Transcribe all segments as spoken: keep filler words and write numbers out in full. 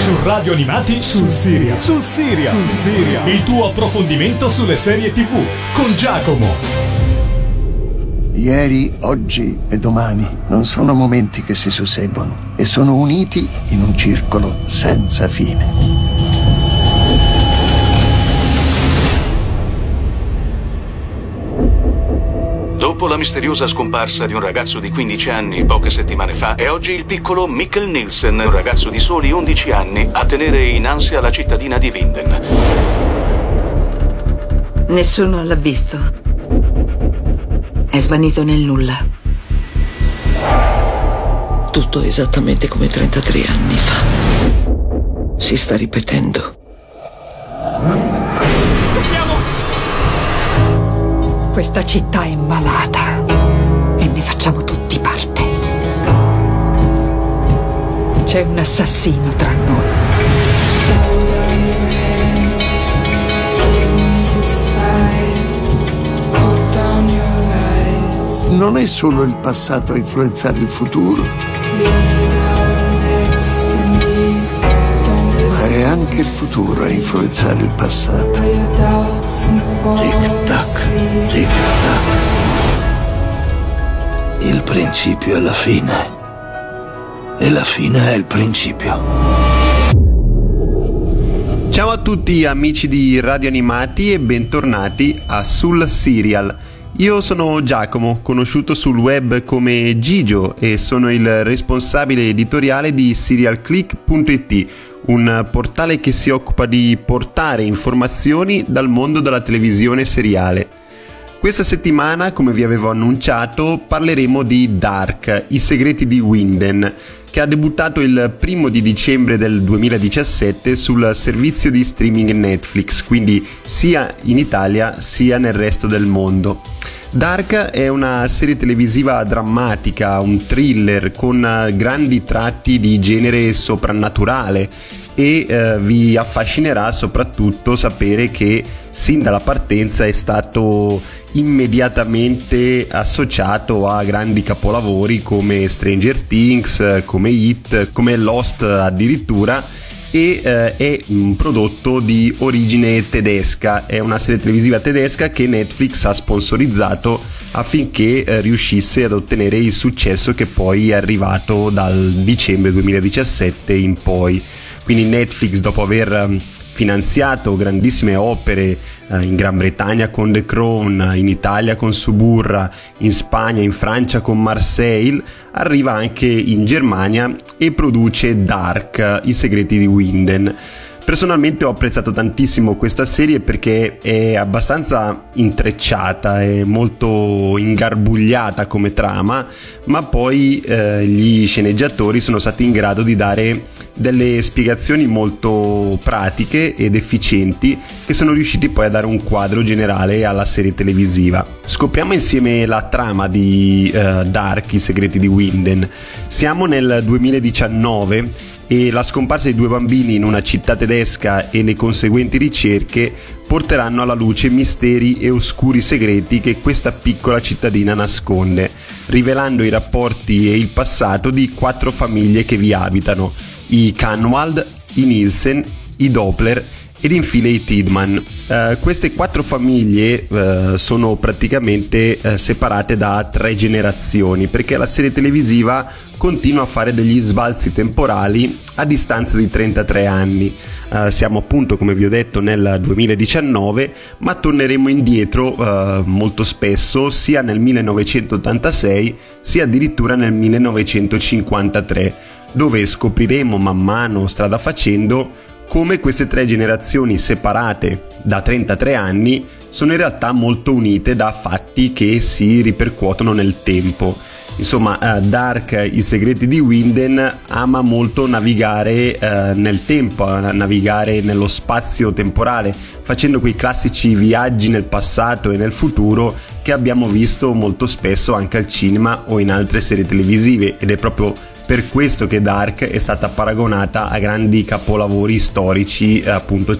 Su Radio Animati sul Serial. Sul Serial. Sul Serial. Il tuo approfondimento sulle serie tivù con Giacomo. Ieri, oggi e domani non sono momenti che si susseguono e sono uniti in un circolo senza fine. Dopo la misteriosa scomparsa di un ragazzo di quindici anni poche settimane fa, è oggi il piccolo Mikkel Nielsen, un ragazzo di soli undici anni, a tenere in ansia la cittadina di Winden. Nessuno l'ha visto. È svanito nel nulla. Tutto esattamente come trentatré anni fa. Si sta ripetendo. Scoppiamo! Questa città è malata e ne facciamo tutti parte. C'è un assassino tra noi. Non è solo il passato a influenzare il futuro, ma è anche il futuro a influenzare il passato. Tic-tac, tic-tac. Il principio è la fine e la fine è il principio. Ciao a tutti amici di Radio Animati e bentornati a Sul Serial. Io sono Giacomo, conosciuto sul web come Gigio, e sono il responsabile editoriale di serial click punto it, un portale che si occupa di portare informazioni dal mondo della televisione seriale. Questa settimana, come vi avevo annunciato, parleremo di Dark, i segreti di Winden, che ha debuttato il primo di dicembre del duemiladiciassette sul servizio di streaming Netflix, quindi sia in Italia sia nel resto del mondo. Dark è una serie televisiva drammatica, un thriller con grandi tratti di genere soprannaturale e eh, vi affascinerà soprattutto sapere che sin dalla partenza è stato immediatamente associato a grandi capolavori come Stranger Things, come It, come Lost addirittura, e eh, è un prodotto di origine tedesca. È una serie televisiva tedesca che Netflix ha sponsorizzato affinché eh, riuscisse ad ottenere il successo che poi è arrivato dal dicembre duemiladiciassette in poi. Quindi Netflix, dopo aver finanziato grandissime opere eh, in Gran Bretagna con The Crown, in Italia con Suburra, in Spagna, in Francia con Marseille, arriva anche in Germania e produce Dark, i segreti di Winden. Personalmente ho apprezzato tantissimo questa serie perché è abbastanza intrecciata, è molto ingarbugliata come trama, ma poi eh, gli sceneggiatori sono stati in grado di dare delle spiegazioni molto pratiche ed efficienti che sono riusciti poi a dare un quadro generale alla serie televisiva. Scopriamo insieme la trama di uh, Dark, i segreti di Winden. Siamo nel duemiladiciannove e la scomparsa di due bambini in una città tedesca e le conseguenti ricerche porteranno alla luce misteri e oscuri segreti che questa piccola cittadina nasconde, rivelando i rapporti e il passato di quattro famiglie che vi abitano: i Kahnwald, i Nielsen, i Doppler ed infine i Tidman. Uh, queste quattro famiglie uh, sono praticamente uh, separate da tre generazioni, perché la serie televisiva continua a fare degli sbalzi temporali a distanza di trentatré anni. Uh, siamo appunto, come vi ho detto, nel duemiladiciannove, ma torneremo indietro uh, molto spesso, sia nel millenovecentottantasei sia addirittura nel millenovecentocinquantatré, dove scopriremo man mano, strada facendo, come queste tre generazioni separate da trentatré anni sono in realtà molto unite da fatti che si ripercuotono nel tempo. Insomma, uh, Dark, i segreti di Winden, ama molto navigare uh, nel tempo, uh, navigare nello spazio temporale, facendo quei classici viaggi nel passato e nel futuro che abbiamo visto molto spesso anche al cinema o in altre serie televisive, ed è proprio per questo che Dark è stata paragonata a grandi capolavori storici, eh, appunto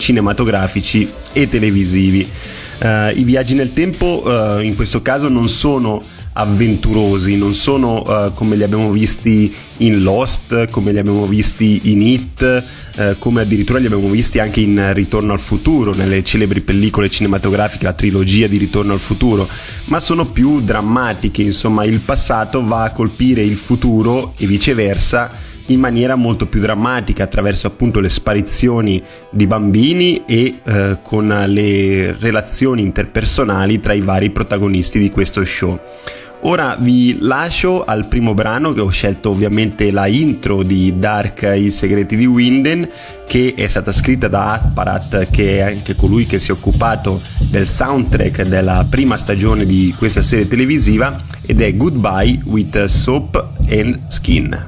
cinematografici e televisivi. Uh, I viaggi nel tempo uh, in questo caso non sono avventurosi, non sono uh, come li abbiamo visti in Lost, come li abbiamo visti in It, uh, come addirittura li abbiamo visti anche in Ritorno al futuro, nelle celebri pellicole cinematografiche, la trilogia di Ritorno al futuro, ma sono più drammatiche. Insomma, il passato va a colpire il futuro e viceversa in maniera molto più drammatica, attraverso appunto le sparizioni di bambini e eh, con le relazioni interpersonali tra i vari protagonisti di questo show. Ora vi lascio al primo brano, che ho scelto ovviamente la intro di Dark, i segreti di Winden, che è stata scritta da Apparat, che è anche colui che si è occupato del soundtrack della prima stagione di questa serie televisiva, ed è Goodbye with Soap and Skin.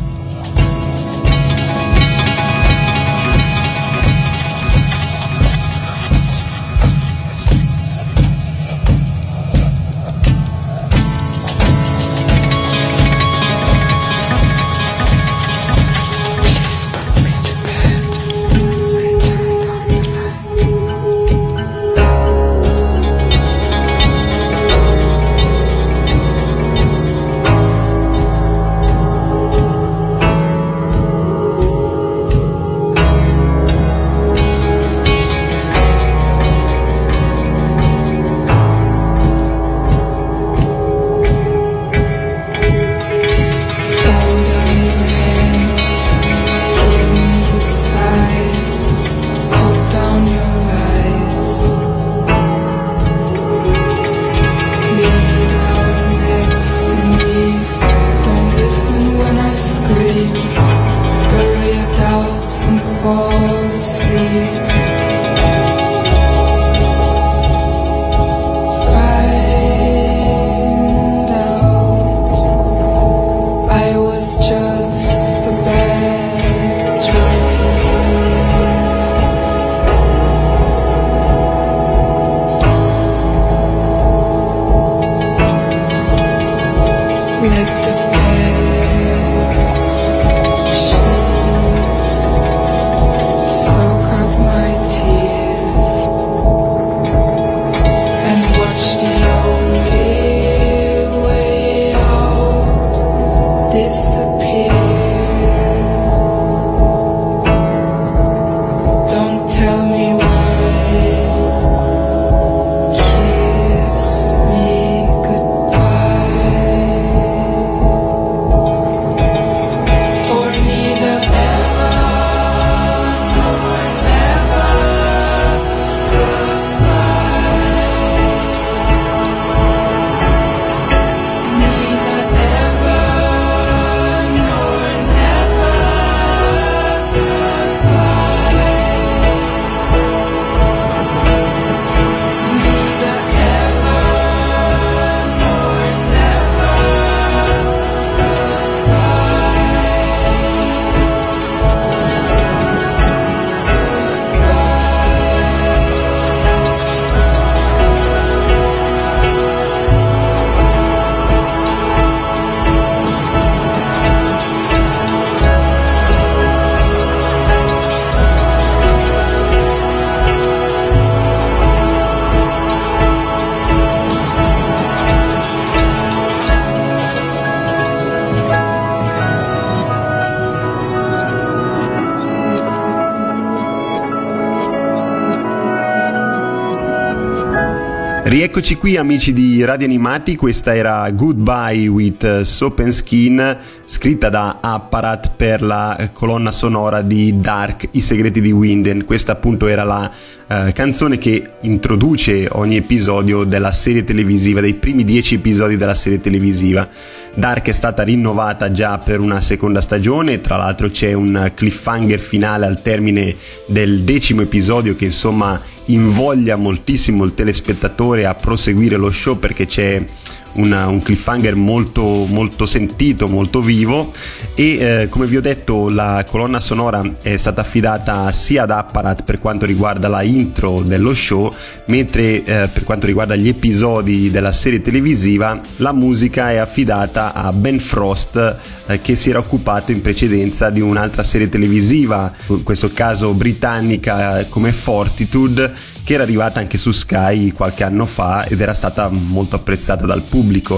Rieccoci qui amici di Radio Animati, questa era Goodbye with Soap and Skin, scritta da Apparat per la colonna sonora di Dark, i segreti di Winden. Questa appunto era la uh, canzone che introduce ogni episodio della serie televisiva, dei primi dieci episodi della serie televisiva. Dark è stata rinnovata già per una seconda stagione, tra l'altro c'è un cliffhanger finale al termine del decimo episodio che insomma invoglia moltissimo il telespettatore a proseguire lo show, perché c'è una, un cliffhanger molto, molto sentito, molto vivo. E eh, come vi ho detto, la colonna sonora è stata affidata sia ad Apparat per quanto riguarda la intro dello show, mentre eh, per quanto riguarda gli episodi della serie televisiva la musica è affidata a Ben Frost, eh, che si era occupato in precedenza di un'altra serie televisiva, in questo caso britannica, eh, come Fortitude, che era arrivata anche su Sky qualche anno fa ed era stata molto apprezzata dal pubblico.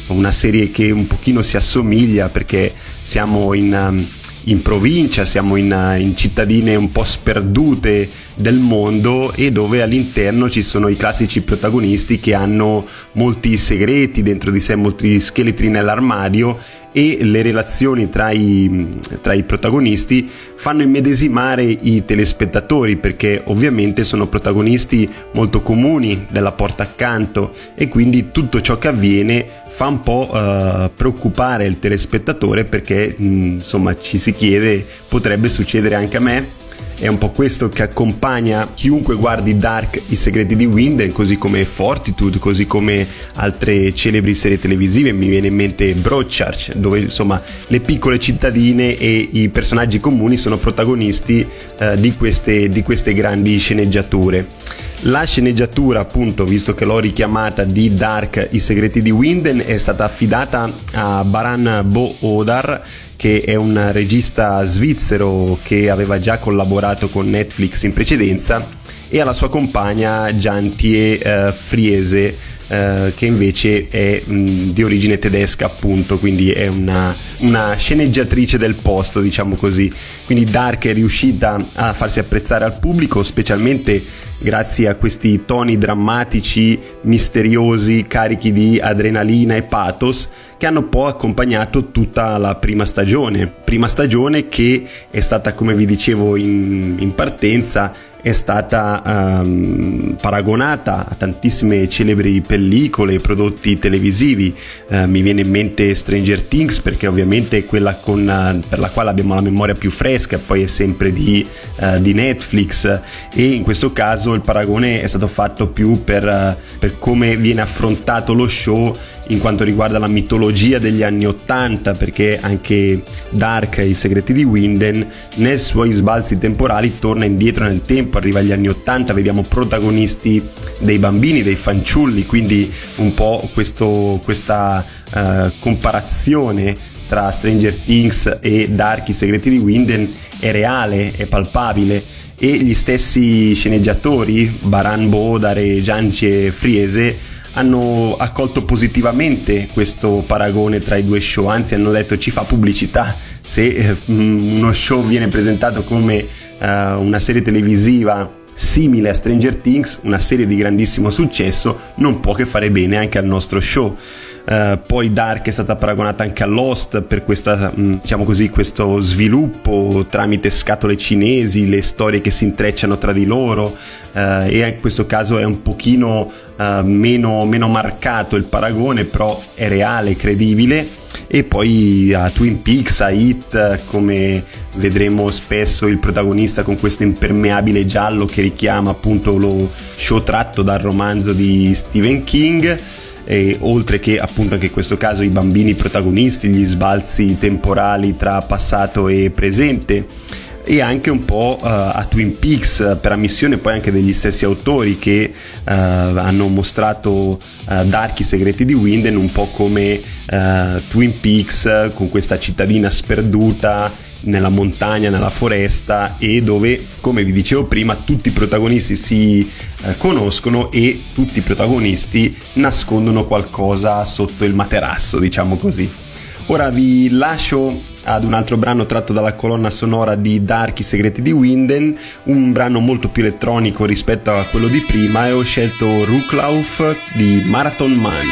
una serie che un pochino si assomiglia, perché siamo in, in provincia, siamo in, in cittadine un po' sperdute del mondo, e dove all'interno ci sono i classici protagonisti che hanno molti segreti dentro di sé, molti scheletri nell'armadio, e le relazioni tra i, tra i protagonisti fanno immedesimare i telespettatori, perché ovviamente sono protagonisti molto comuni della porta accanto, e quindi tutto ciò che avviene fa un po' uh, preoccupare il telespettatore, perché mh, insomma ci si chiede: potrebbe succedere anche a me? È un po' questo che accompagna chiunque guardi Dark, i segreti di Winden, così come Fortitude, così come altre celebri serie televisive. Mi viene in mente Broadchurch, dove insomma le piccole cittadine e i personaggi comuni sono protagonisti eh, di queste, di queste grandi sceneggiature. La sceneggiatura, appunto, visto che l'ho richiamata, di Dark, i segreti di Winden, è stata affidata a Baran Bo Odar, che è un regista svizzero che aveva già collaborato con Netflix in precedenza, e alla sua compagna Jantie eh, Friese, eh, che invece è mh, di origine tedesca, appunto, quindi è una, una sceneggiatrice del posto, diciamo così. Quindi Dark è riuscita a farsi apprezzare al pubblico, specialmente grazie a questi toni drammatici, misteriosi, carichi di adrenalina e pathos, che hanno poi accompagnato tutta la prima stagione. Prima stagione che è stata, come vi dicevo in, in partenza, è stata um, paragonata a tantissime celebri pellicole e prodotti televisivi. Uh, mi viene in mente Stranger Things, perché ovviamente è quella con, uh, per la quale abbiamo la memoria più fresca, poi è sempre di, uh, di Netflix, e in questo caso il paragone è stato fatto più per, uh, per come viene affrontato lo show in quanto riguarda la mitologia degli anni ottanta, perché anche Dark, i segreti di Winden, nei suoi sbalzi temporali torna indietro nel tempo, arriva agli anni ottanta, vediamo protagonisti dei bambini, dei fanciulli, quindi un po' questo, questa uh, comparazione tra Stranger Things e Dark, i segreti di Winden, è reale, è palpabile. E gli stessi sceneggiatori, Baran Bo Odar e Jantie Friese, hanno accolto positivamente questo paragone tra i due show, anzi hanno detto: ci fa pubblicità. Se eh, uno show viene presentato come eh, una serie televisiva simile a Stranger Things, una serie di grandissimo successo, non può che fare bene anche al nostro show. Uh, poi Dark è stata paragonata anche a Lost per questa, mh, diciamo così, questo sviluppo tramite scatole cinesi, le storie che si intrecciano tra di loro, uh, e in questo caso è un pochino uh, meno, meno marcato il paragone, però è reale, credibile. E poi a Twin Peaks, a It, come vedremo spesso il protagonista con questo impermeabile giallo che richiama appunto lo show tratto dal romanzo di Stephen King. E oltre che appunto anche in questo caso i bambini protagonisti, gli sbalzi temporali tra passato e presente, e anche un po' uh, a Twin Peaks, per ammissione poi anche degli stessi autori che uh, hanno mostrato uh, Dark, i segreti di Winden, un po' come uh, Twin Peaks, con questa cittadina sperduta nella montagna, nella foresta, e dove, come vi dicevo prima, tutti i protagonisti si eh, conoscono e tutti i protagonisti nascondono qualcosa sotto il materasso, diciamo così. Ora vi lascio ad un altro brano tratto dalla colonna sonora di Dark, i segreti di Winden, un brano molto più elettronico rispetto a quello di prima, e ho scelto Rooklauf di Marathon Man.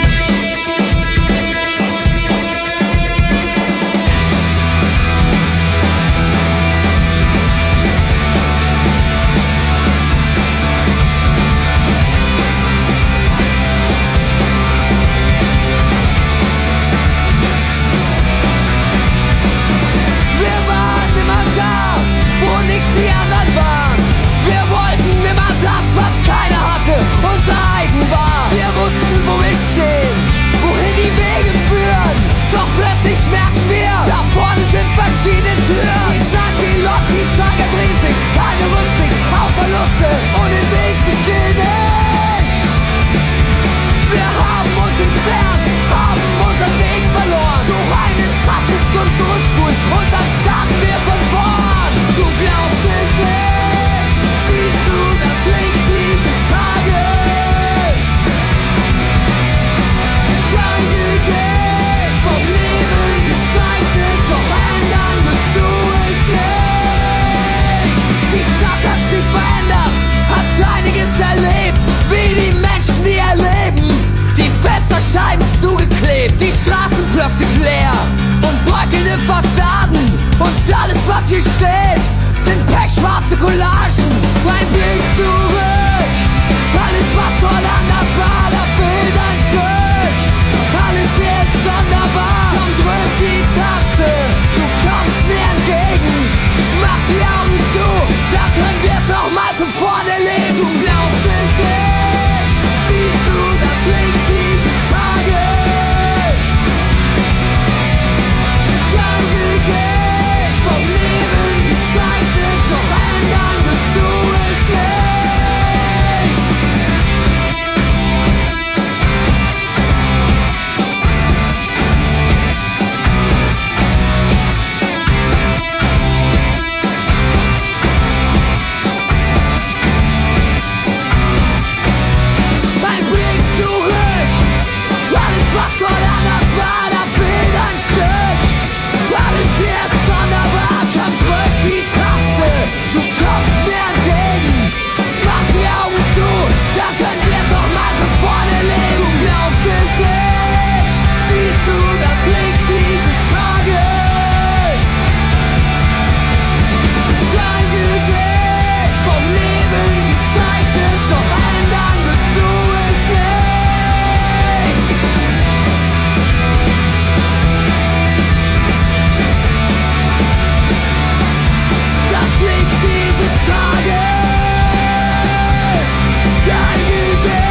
Was keiner hatte, unser eigen war. Wir wussten, wo wir stehen. Die Stadt hat sich verändert, hat einiges erlebt, wie die Menschen ihr Leben. Die Fensterscheiben zugeklebt, die Straßen plötzlich leer und bröckelnde Fassaden. Und alles, was hier steht, sind pechschwarze Collagen. Ein Blick zurück, alles, was mal anders war, da fehlt ein Stück. Alles hier ist sonderbar, komm, drück die Taste, du kommst mir entgegen. Mach die Augen zu, da können wir's auch mal von vorne leben. Du glaubst es nicht, siehst du das Licht dieses Tages? Dein Gesicht vom Leben gezeichnet, doch ändern wirst du es nicht. Ein Blick zurück, alles was voll anders war, da fehlt ein Stück. Alles hier ist sonderbar, komm, drück die Taste, du kommst mir entgegen. Mach die Augen zu, da können wir's auch mal von vorne leben. Du glaubst es nicht, siehst du das Licht dieses Tages? Dein Gesicht vom Leben gezeichnet, doch ändern willst du es nicht. Das Licht dieses Tages, dein Gesicht.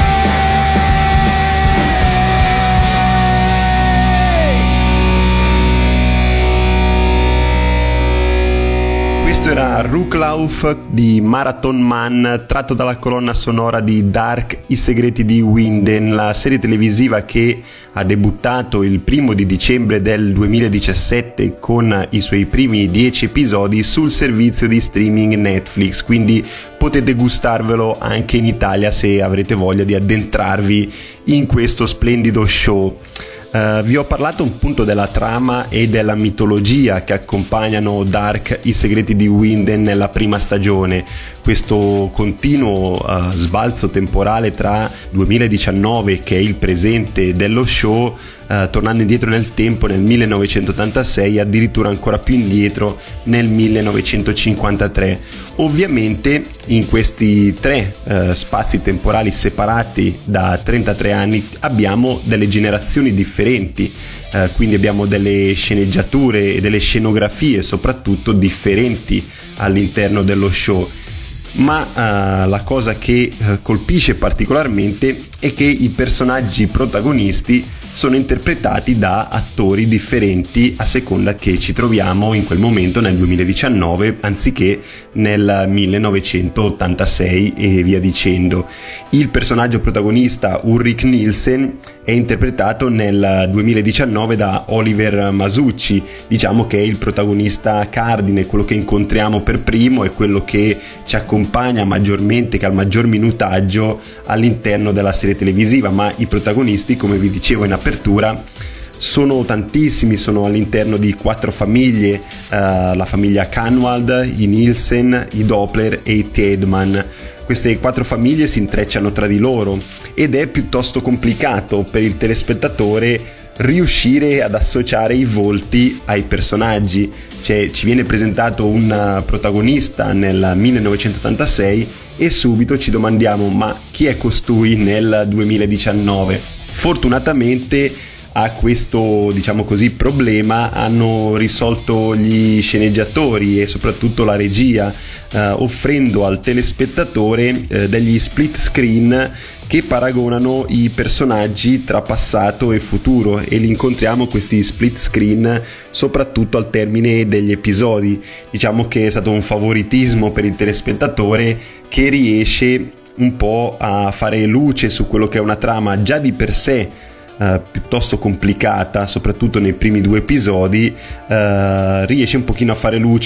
Questo era Rooklauf di Marathon Man, tratto dalla colonna sonora di Dark, I segreti di Winden, la serie televisiva che ha debuttato il primo di dicembre del duemiladiciassette con i suoi primi dieci episodi sul servizio di streaming Netflix, quindi potete gustarvelo anche in Italia se avrete voglia di addentrarvi in questo splendido show. Uh, vi ho parlato appunto della trama e della mitologia che accompagnano Dark, I segreti di Winden nella prima stagione. Questo continuo uh, sbalzo temporale tra duemiladiciannove, che è il presente dello show, uh, tornando indietro nel tempo nel millenovecentottantasei, addirittura ancora più indietro nel millenovecentocinquantatré. Ovviamente in questi tre uh, spazi temporali separati da trentatré anni abbiamo delle generazioni differenti, uh, quindi abbiamo delle sceneggiature e delle scenografie soprattutto differenti all'interno dello show. Ma uh, la cosa che uh, colpisce particolarmente è che i personaggi protagonisti sono interpretati da attori differenti a seconda che ci troviamo in quel momento nel duemiladiciannove anziché nel millenovecentottantasei e via dicendo. Il personaggio protagonista Ulrich Nielsen è interpretato nel duemiladiciannove da Oliver Masucci, diciamo che è il protagonista cardine, quello che incontriamo per primo e quello che ci accompagna maggiormente, che ha il maggior minutaggio all'interno della serie televisiva, ma i protagonisti, come vi dicevo in apertura, sono tantissimi, sono all'interno di quattro famiglie, uh, la famiglia Kahnwald, i Nielsen, i Doppler e i Tiedman. Queste quattro famiglie si intrecciano tra di loro ed è piuttosto complicato per il telespettatore riuscire ad associare i volti ai personaggi. Cioè, ci viene presentato un protagonista nel millenovecentottantasei e subito ci domandiamo: ma chi è costui nel duemiladiciannove? Fortunatamente a questo, diciamo così, problema hanno risolto gli sceneggiatori e soprattutto la regia, eh, offrendo al telespettatore eh, degli split screen che paragonano i personaggi tra passato e futuro, e li incontriamo questi split screen soprattutto al termine degli episodi. Diciamo che è stato un favoritismo per il telespettatore che riesce un po' a fare luce su quello che è una trama già di per sé Uh, piuttosto complicata, soprattutto nei primi due episodi. Uh, riesce un pochino a fare luce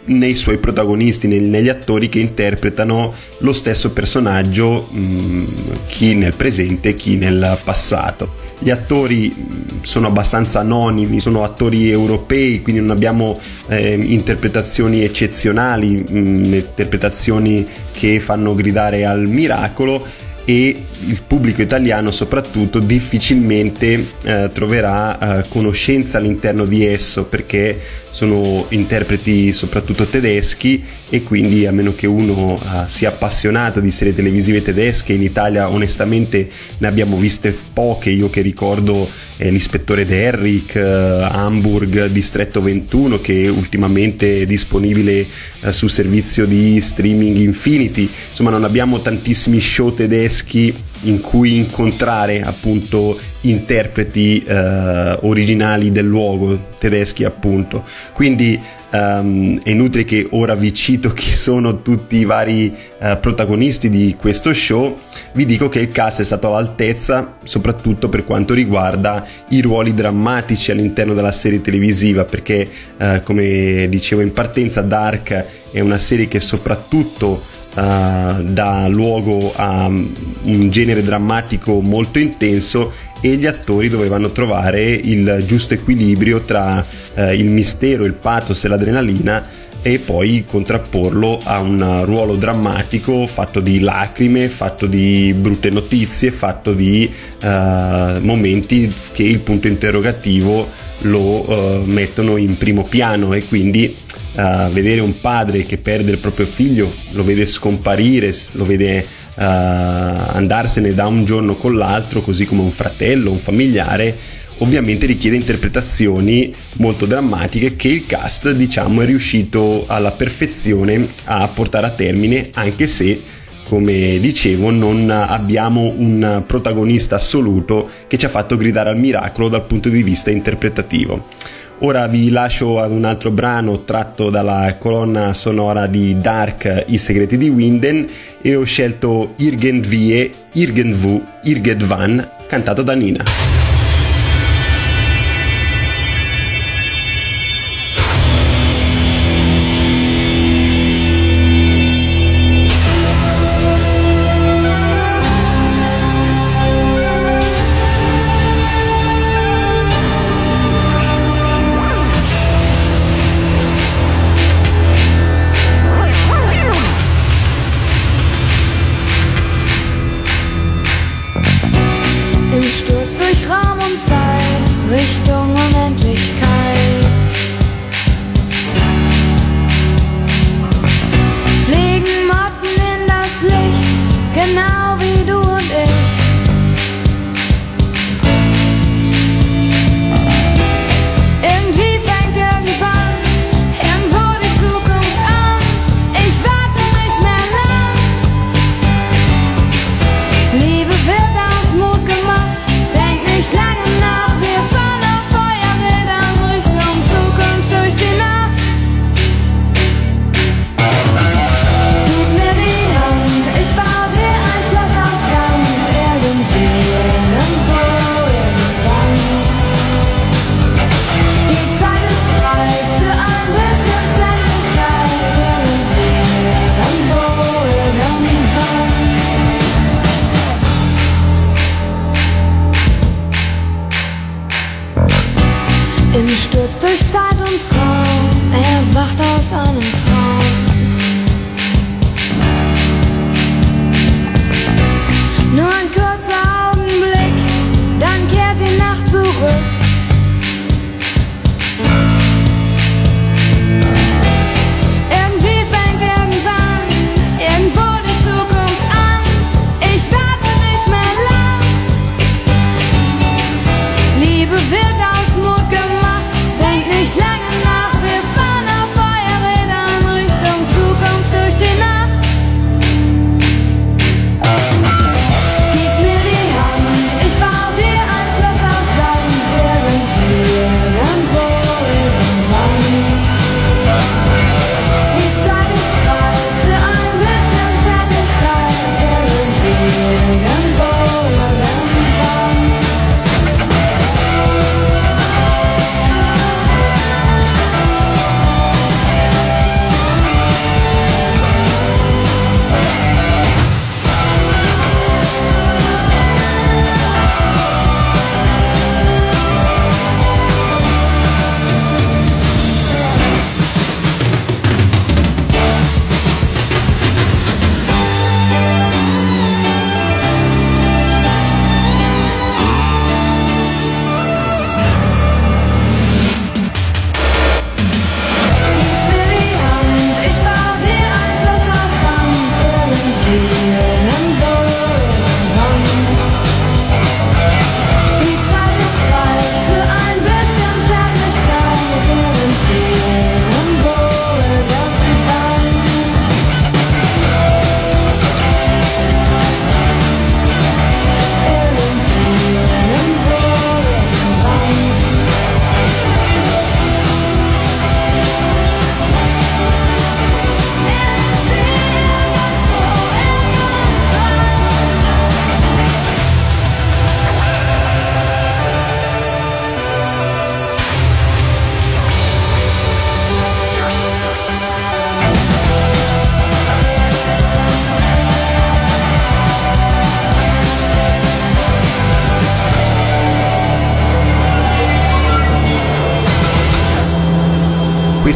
nei suoi protagonisti, neg- negli attori che interpretano lo stesso personaggio, mh, chi nel presente, chi nel passato. Gli attori sono abbastanza anonimi, sono attori europei, quindi non abbiamo eh, interpretazioni eccezionali, mh, interpretazioni che fanno gridare al miracolo, e il pubblico italiano soprattutto difficilmente eh, troverà eh, conoscenza all'interno di esso, perché sono interpreti soprattutto tedeschi, e quindi a meno che uno uh, sia appassionato di serie televisive tedesche, in Italia onestamente ne abbiamo viste poche. Io che ricordo eh, l'ispettore Derrick, uh, Hamburg, Distretto ventuno, che ultimamente è disponibile uh, sul servizio di streaming Infinity. Insomma, non abbiamo tantissimi show tedeschi in cui incontrare appunto interpreti uh, originali del luogo, tedeschi appunto. Quindi um, è inutile che ora vi cito chi sono tutti i vari uh, protagonisti di questo show. Vi dico che il cast è stato all'altezza, soprattutto per quanto riguarda i ruoli drammatici all'interno della serie televisiva, perché uh, come dicevo in partenza, Dark è una serie che soprattutto Uh, dà luogo a un genere drammatico molto intenso, e gli attori dovevano trovare il giusto equilibrio tra uh, il mistero, il pathos e l'adrenalina, e poi contrapporlo a un ruolo drammatico fatto di lacrime, fatto di brutte notizie, fatto di uh, momenti che il punto interrogativo lo uh, mettono in primo piano. E quindi Uh, vedere un padre che perde il proprio figlio, lo vede scomparire, lo vede uh, andarsene da un giorno con l'altro, così come un fratello, un familiare, ovviamente richiede interpretazioni molto drammatiche che il cast, diciamo, è riuscito alla perfezione a portare a termine, anche se, come dicevo, non abbiamo un protagonista assoluto che ci ha fatto gridare al miracolo dal punto di vista interpretativo. Ora vi lascio ad un altro brano tratto dalla colonna sonora di Dark, I segreti di Winden, e ho scelto Irgendwie, Irgendwo, Irgendwann, cantato da Nina. Sturz durch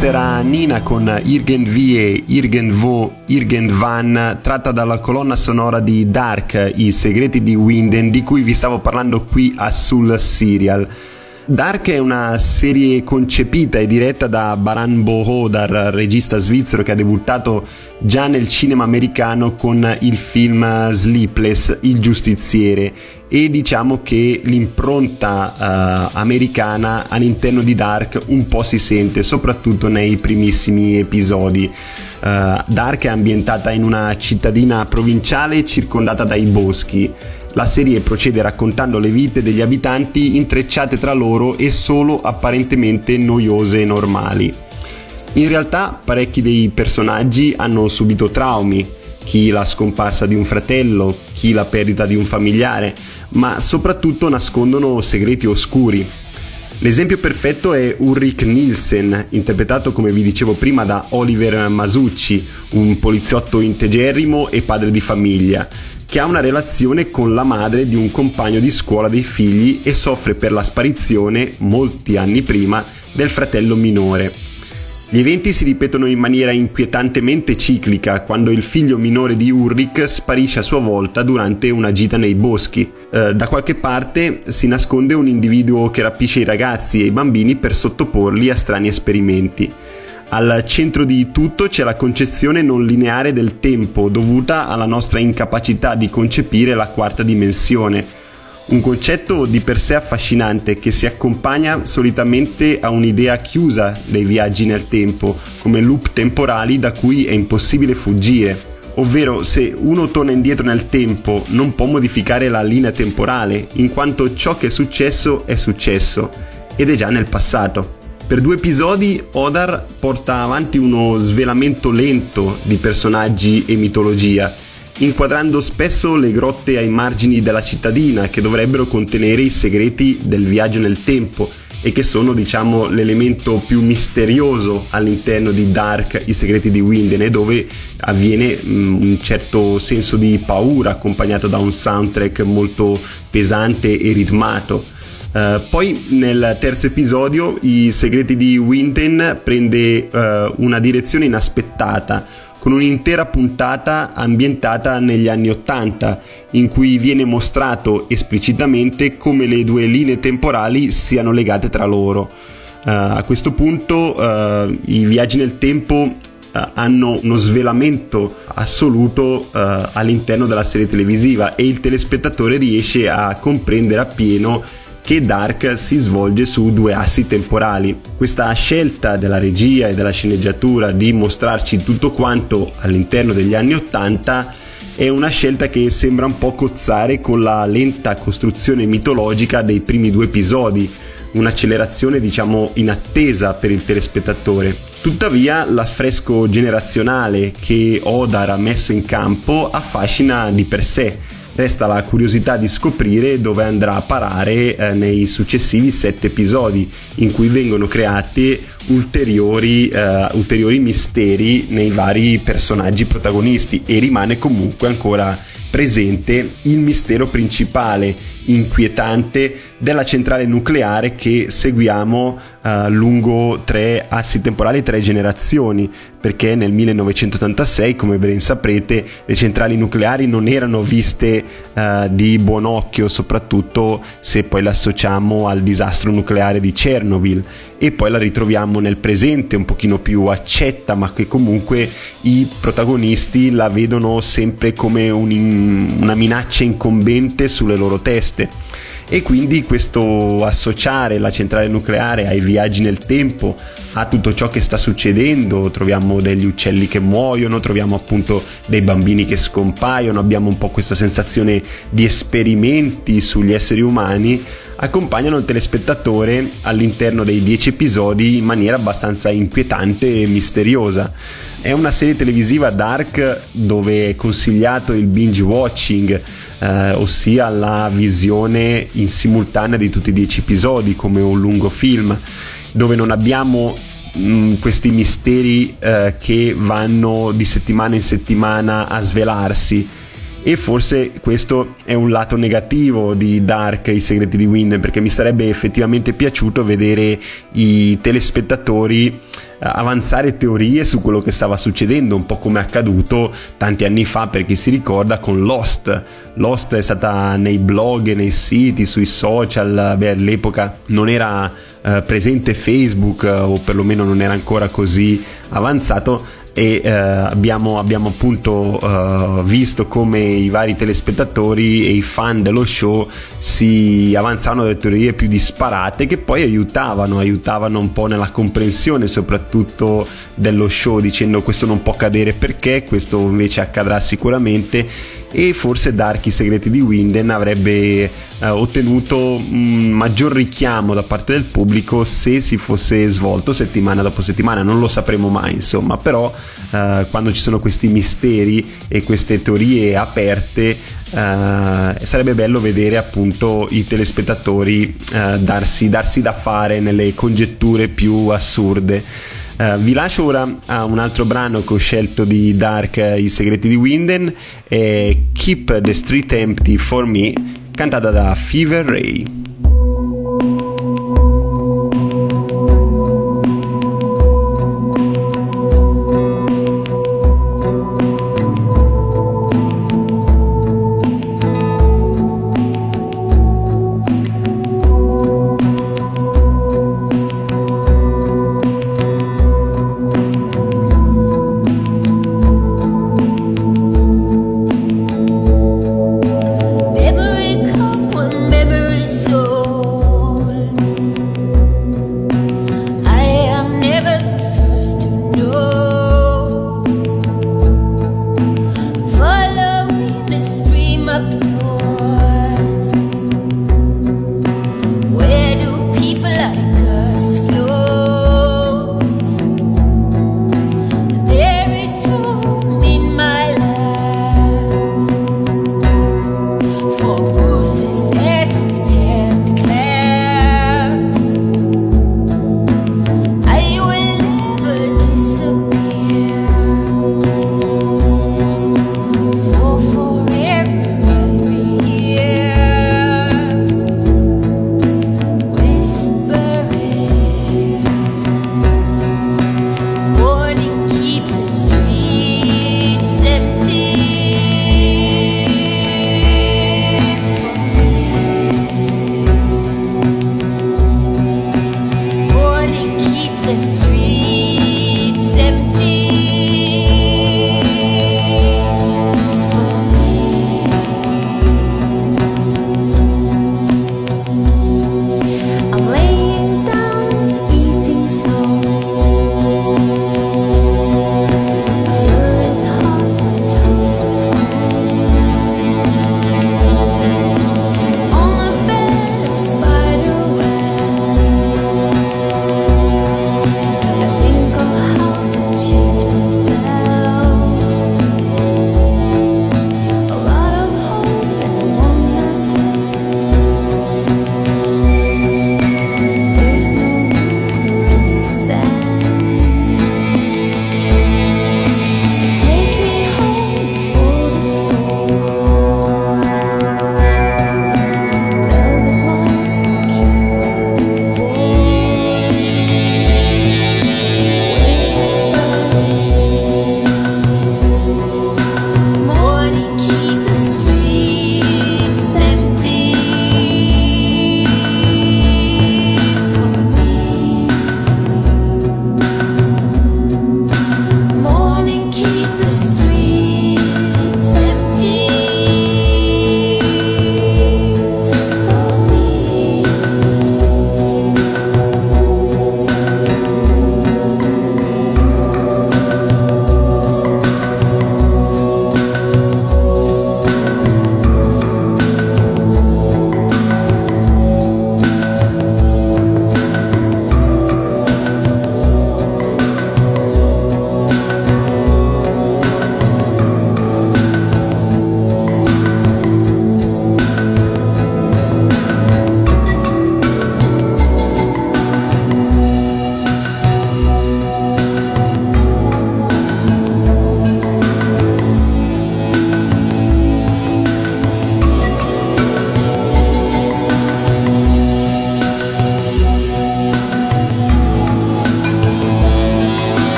Questa era Nina con Irgendwie, Irgendwo, Irgendwann, tratta dalla colonna sonora di Dark, I segreti di Winden, di cui vi stavo parlando qui a Sul Serial. Dark è una serie concepita e diretta da Baran Bo-Hodar, regista svizzero che ha debuttato già nel cinema americano con il film Sleepless, Il giustiziere, e diciamo che l'impronta uh, americana all'interno di Dark un po' si sente, soprattutto nei primissimi episodi. Uh, Dark è ambientata in una cittadina provinciale circondata dai boschi. La serie procede raccontando le vite degli abitanti intrecciate tra loro e solo apparentemente noiose e normali. In realtà parecchi dei personaggi hanno subito traumi, chi la scomparsa di un fratello, chi la perdita di un familiare, ma soprattutto nascondono segreti oscuri. L'esempio perfetto è Ulrich Nielsen, interpretato come vi dicevo prima da Oliver Masucci, un poliziotto integerrimo e padre di famiglia, che ha una relazione con la madre di un compagno di scuola dei figli e soffre per la sparizione, molti anni prima, del fratello minore. Gli eventi si ripetono in maniera inquietantemente ciclica quando il figlio minore di Ulrich sparisce a sua volta durante una gita nei boschi. Eh, da qualche parte si nasconde un individuo che rapisce i ragazzi e i bambini per sottoporli a strani esperimenti. Al centro di tutto c'è la concezione non lineare del tempo, dovuta alla nostra incapacità di concepire la quarta dimensione. Un concetto di per sé affascinante che si accompagna solitamente a un'idea chiusa dei viaggi nel tempo, come loop temporali da cui è impossibile fuggire. Ovvero, se uno torna indietro nel tempo non può modificare la linea temporale, in quanto ciò che è successo è successo ed è già nel passato. Per due episodi Hodar porta avanti uno svelamento lento di personaggi e mitologia, inquadrando spesso le grotte ai margini della cittadina che dovrebbero contenere i segreti del viaggio nel tempo e che sono, diciamo, l'elemento più misterioso all'interno di Dark, I segreti di Winden, e dove avviene um, un certo senso di paura accompagnato da un soundtrack molto pesante e ritmato. Uh, poi nel terzo episodio I segreti di Winden prende uh, una direzione inaspettata, con un'intera puntata ambientata negli anni Ottanta, in cui viene mostrato esplicitamente come le due linee temporali siano legate tra loro. Uh, a questo punto uh, i viaggi nel tempo uh, hanno uno svelamento assoluto uh, all'interno della serie televisiva e il telespettatore riesce a comprendere appieno che Dark si svolge su due assi temporali. Questa scelta della regia e della sceneggiatura di mostrarci tutto quanto all'interno degli anni Ottanta è una scelta che sembra un po' cozzare con la lenta costruzione mitologica dei primi due episodi, un'accelerazione diciamo inattesa per il telespettatore. Tuttavia l'affresco generazionale che Hodar ha messo in campo affascina di per sé. Resta la curiosità di scoprire dove andrà a parare eh, nei successivi sette episodi, in cui vengono creati ulteriori, eh, ulteriori misteri nei vari personaggi protagonisti, e rimane comunque ancora presente il mistero principale, inquietante, della centrale nucleare che seguiamo uh, lungo tre assi temporali, tre generazioni, perché nel millenovecentottantasei, come ben saprete, le centrali nucleari non erano viste uh, di buon occhio, soprattutto se poi la associamo al disastro nucleare di Chernobyl, e poi la ritroviamo nel presente un pochino più accetta, ma che comunque i protagonisti la vedono sempre come un in, una minaccia incombente sulle loro teste. E quindi questo associare la centrale nucleare ai viaggi nel tempo, a tutto ciò che sta succedendo, troviamo degli uccelli che muoiono, troviamo appunto dei bambini che scompaiono, abbiamo un po' questa sensazione di esperimenti sugli esseri umani, accompagnano il telespettatore all'interno dei dieci episodi in maniera abbastanza inquietante e misteriosa. È una serie televisiva Dark dove è consigliato il binge watching, eh, ossia la visione in simultanea di tutti i dieci episodi come un lungo film, dove non abbiamo mh, questi misteri eh, che vanno di settimana in settimana a svelarsi. e forse questo è un lato negativo di Dark, i segreti di Winden, perché mi sarebbe effettivamente piaciuto vedere i telespettatori avanzare teorie su quello che stava succedendo, un po' come è accaduto tanti anni fa, per chi si ricorda, con Lost. Lost è stata nei blog, nei siti, sui social. Beh, all'epoca non era eh, presente Facebook, o perlomeno non era ancora così avanzato, e eh, abbiamo, abbiamo appunto eh, visto come i vari telespettatori e i fan dello show si avanzavano delle teorie più disparate, che poi aiutavano aiutavano un po' nella comprensione soprattutto dello show, dicendo questo non può accadere perché, questo invece accadrà sicuramente. E forse Dark, i segreti di Winden avrebbe eh, ottenuto un maggior richiamo da parte del pubblico se si fosse svolto settimana dopo settimana. Non lo sapremo mai, insomma, però eh, quando ci sono questi misteri e queste teorie aperte, eh, sarebbe bello vedere appunto i telespettatori eh, darsi, darsi da fare nelle congetture più assurde. Uh, vi lascio ora a un altro brano che ho scelto di Dark, uh, i segreti di Winden, e Keep the Street Empty for Me, cantata da Fever Ray. Memory come when memory so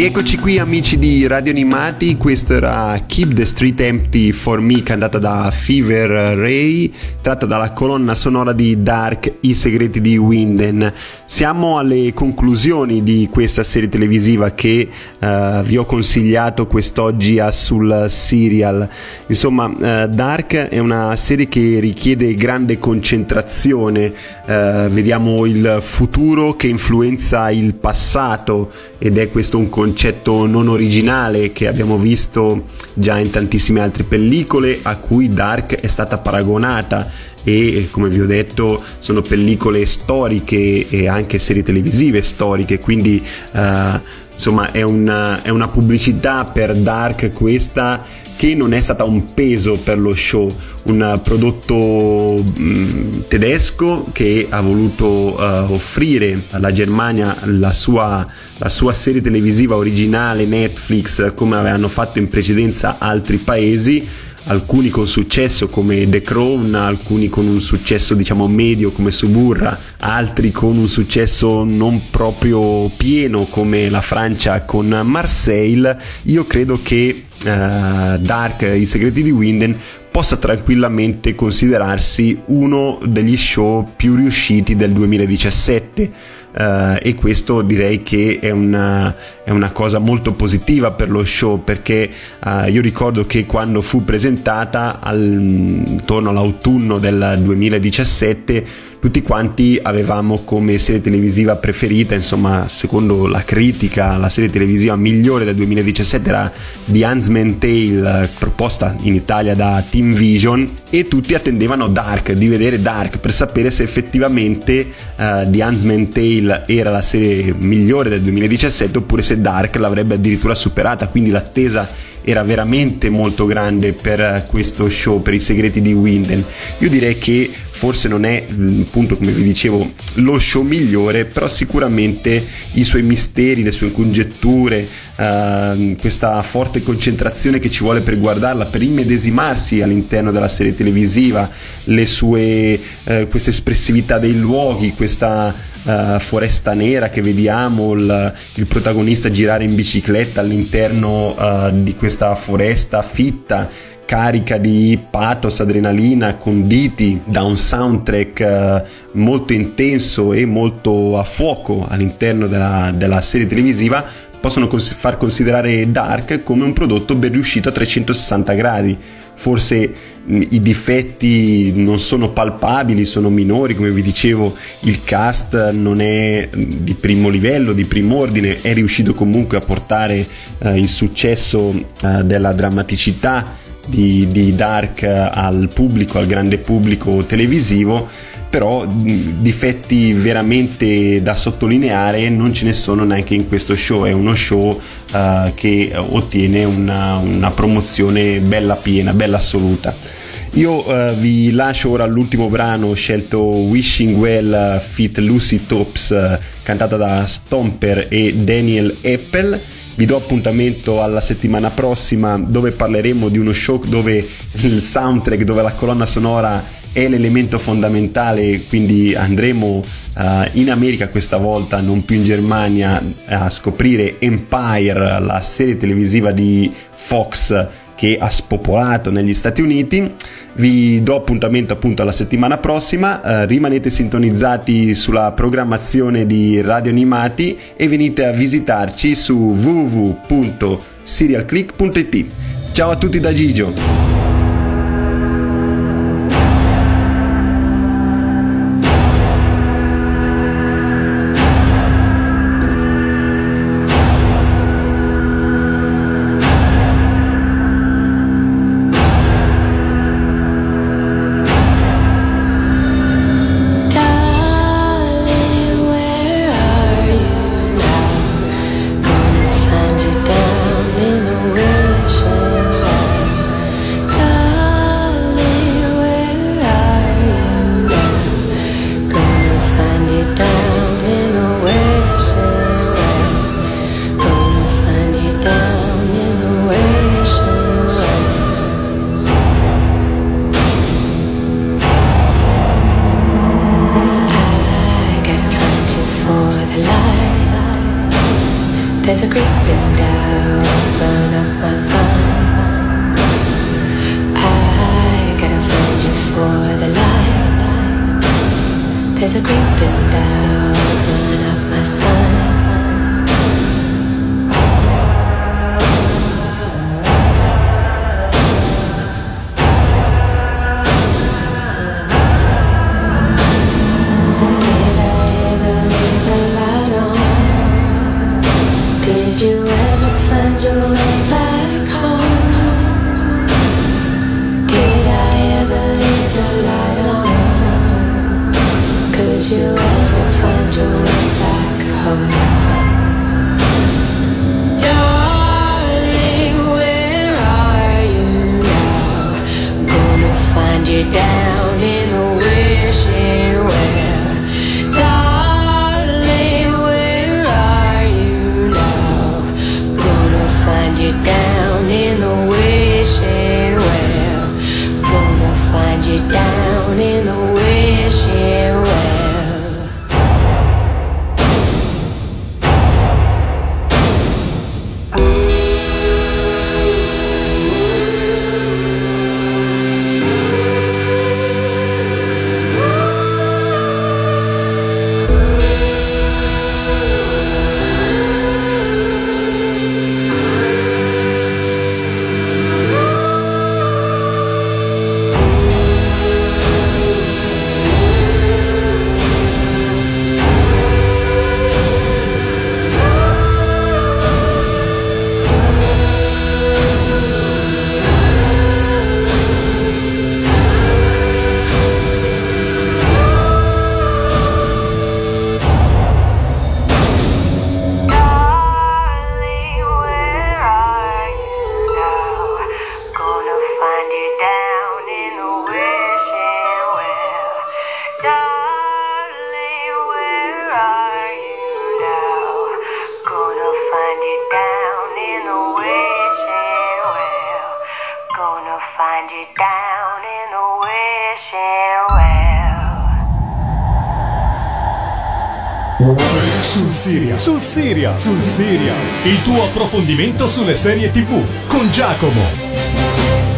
Rieccoci qui amici di Radio Animati, questo era Keep the Street Empty for Me, cantata da Fever Ray, tratta dalla colonna sonora di Dark, I segreti di Winden. Siamo alle conclusioni di questa serie televisiva che uh, vi ho consigliato quest'oggi a Sul Serial. Insomma, uh, Dark è una serie che richiede grande concentrazione, uh, vediamo il futuro che influenza il passato ed è questo un concetto non originale che abbiamo visto già in tantissime altre pellicole a cui Dark è stata paragonata, e come vi ho detto sono pellicole storiche e anche serie televisive storiche, quindi uh, insomma è una, è una pubblicità per Dark questa che non è stata un peso per lo show, un prodotto mh, tedesco che ha voluto uh, offrire alla Germania la sua, la sua serie televisiva originale Netflix, come avevano fatto in precedenza altri paesi, alcuni con successo come The Crown, alcuni con un successo diciamo medio come Suburra, altri con un successo non proprio pieno come la Francia con Marseille. Io credo che uh, Dark, I segreti di Winden possa tranquillamente considerarsi uno degli show più riusciti del duemiladiciassette. Uh, e questo direi che è una, è una cosa molto positiva per lo show, perché uh, io ricordo che quando fu presentata al, intorno all'autunno del duemiladiciassette tutti quanti avevamo come serie televisiva preferita, insomma secondo la critica la serie televisiva migliore del duemiladiciassette era The Handmaid's Tale, proposta in Italia da Team Vision, e tutti attendevano Dark, di vedere Dark per sapere se effettivamente uh, The Handmaid's Tale era la serie migliore del duemiladiciassette oppure se Dark l'avrebbe addirittura superata, quindi l'attesa era veramente molto grande per questo show, per I segreti di Winden. Io direi che forse non è appunto, come vi dicevo, lo show migliore, però sicuramente i suoi misteri, le sue congetture, uh, questa forte concentrazione che ci vuole per guardarla, per immedesimarsi all'interno della serie televisiva, le sue uh, questa espressività dei luoghi, questa uh, foresta nera che vediamo, il, il protagonista girare in bicicletta all'interno uh, di questa foresta fitta, carica di pathos, adrenalina, conditi da un soundtrack uh, molto intenso e molto a fuoco all'interno della, della serie televisiva, possono cons- far considerare Dark come un prodotto ben riuscito a trecentosessanta gradi. Forse mh, i difetti non sono palpabili, sono minori, come vi dicevo il cast non è di primo livello, di primo ordine, è riuscito comunque a portare uh, il successo uh, della drammaticità Di, di Dark al pubblico, al grande pubblico televisivo, però difetti veramente da sottolineare non ce ne sono neanche in questo show. È uno show uh, che ottiene una, una promozione bella piena, bella assoluta. Io uh, vi lascio ora all'ultimo brano, ho scelto Wishing Well feat. Lucy Tops, uh, cantata da Stomper e Daniel Appel. Vi do appuntamento alla settimana prossima, dove parleremo di uno show dove il soundtrack, dove la colonna sonora è l'elemento fondamentale, quindi andremo uh, in America questa volta, non più in Germania, a scoprire Empire, la serie televisiva di Fox che ha spopolato negli Stati Uniti. Vi do appuntamento appunto alla settimana prossima, uh, rimanete sintonizzati sulla programmazione di Radio Animati e venite a visitarci su w w w punto serial click punto i t. Ciao a tutti da Gigio. Find you down in the wishing well. There's a creeping down up my spine. Did I ever leave the light on? Did you ever find your way back home? Did I ever leave the light on? Could you ever find your way back home? Darling, where are you now? Gonna find you down in the wishing well. Darling, where are you now? Gonna find you down in the wishing well. Gonna find you down in the wishing well. Sul Serial, sul Serial, sul Serial, il tuo approfondimento sulle serie tivù con Giacomo.